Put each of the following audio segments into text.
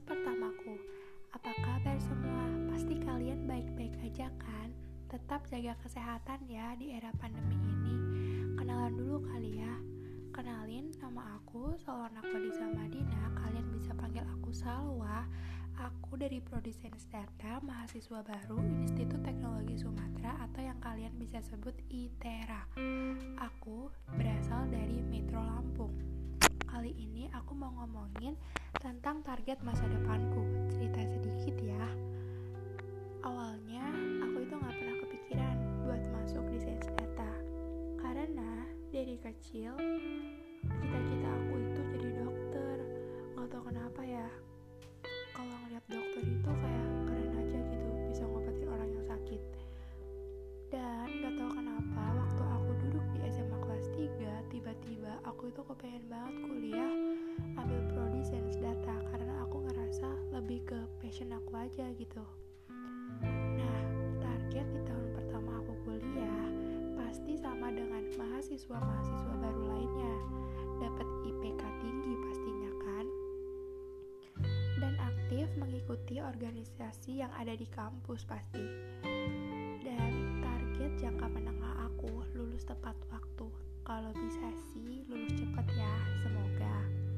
pertamaku. Apa kabar semua? Pasti kalian baik-baik aja kan? Tetap jaga kesehatan ya di era pandemi ini. Kenalan dulu kali ya. Kenalin, nama aku Salwa Naqbadiza Madina. Kalian bisa panggil aku Salwa. Aku dari Prodi Sains Data, mahasiswa baru Institut Teknologi Sumatera atau yang kalian bisa sebut ITERA. Aku berasal dari Metro Lampung. Kali ini aku mau ngomongin tentang target masa depanku. Cerita sedikit ya. Awalnya aku itu gak pernah kepikiran buat masuk di sains data, karena dari kecil cita-cita aku itu jadi dokter. Gak tau kenapa ya, kalau ngeliat dokter itu kayak keren aja gitu, bisa ngobatin orang yang sakit. Dan gak tau kenapa waktu aku duduk di SMA kelas 3, tiba-tiba aku itu kepengen banget kuliah ambil prodi sains data, karena aku ngerasa lebih ke passion aku aja gitu. Nah, target di tahun pertama aku kuliah pasti sama dengan mahasiswa-mahasiswa baru lainnya, dapat IPK tinggi pastinya kan, dan aktif mengikuti organisasi yang ada di kampus pasti. Dan target jangka menengah aku lulus tepat waktu. Kalau bisa sih lulus cepat ya, semoga.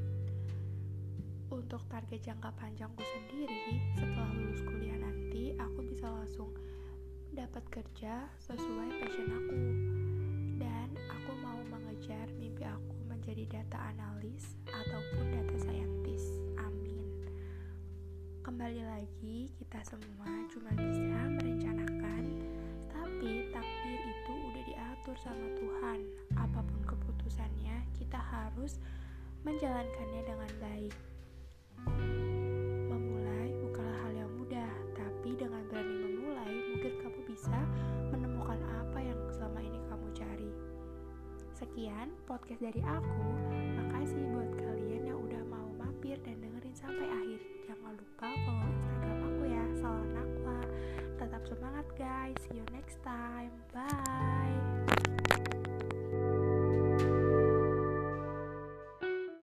Untuk target jangka panjangku sendiri, setelah lulus kuliah nanti aku bisa langsung dapat kerja sesuai passion aku. Dan aku mau mengejar mimpi aku menjadi data analis ataupun data scientist. Amin. Kembali lagi, kita semua cuma bisa merencanakan, tapi takdir itu udah diatur sama Tuhan. Apapun keputusannya, kita harus menjalankannya dengan baik. Memulai bukanlah hal yang mudah, tapi dengan berani memulai, mungkin kamu bisa menemukan apa yang selama ini kamu cari. Sekian podcast dari aku. Makasih buat kalian yang udah mau mampir dan dengerin sampai akhir. Jangan lupa follow Instagram aku ya, Salwa Naqwa. Tetap semangat guys, see you next time, bye.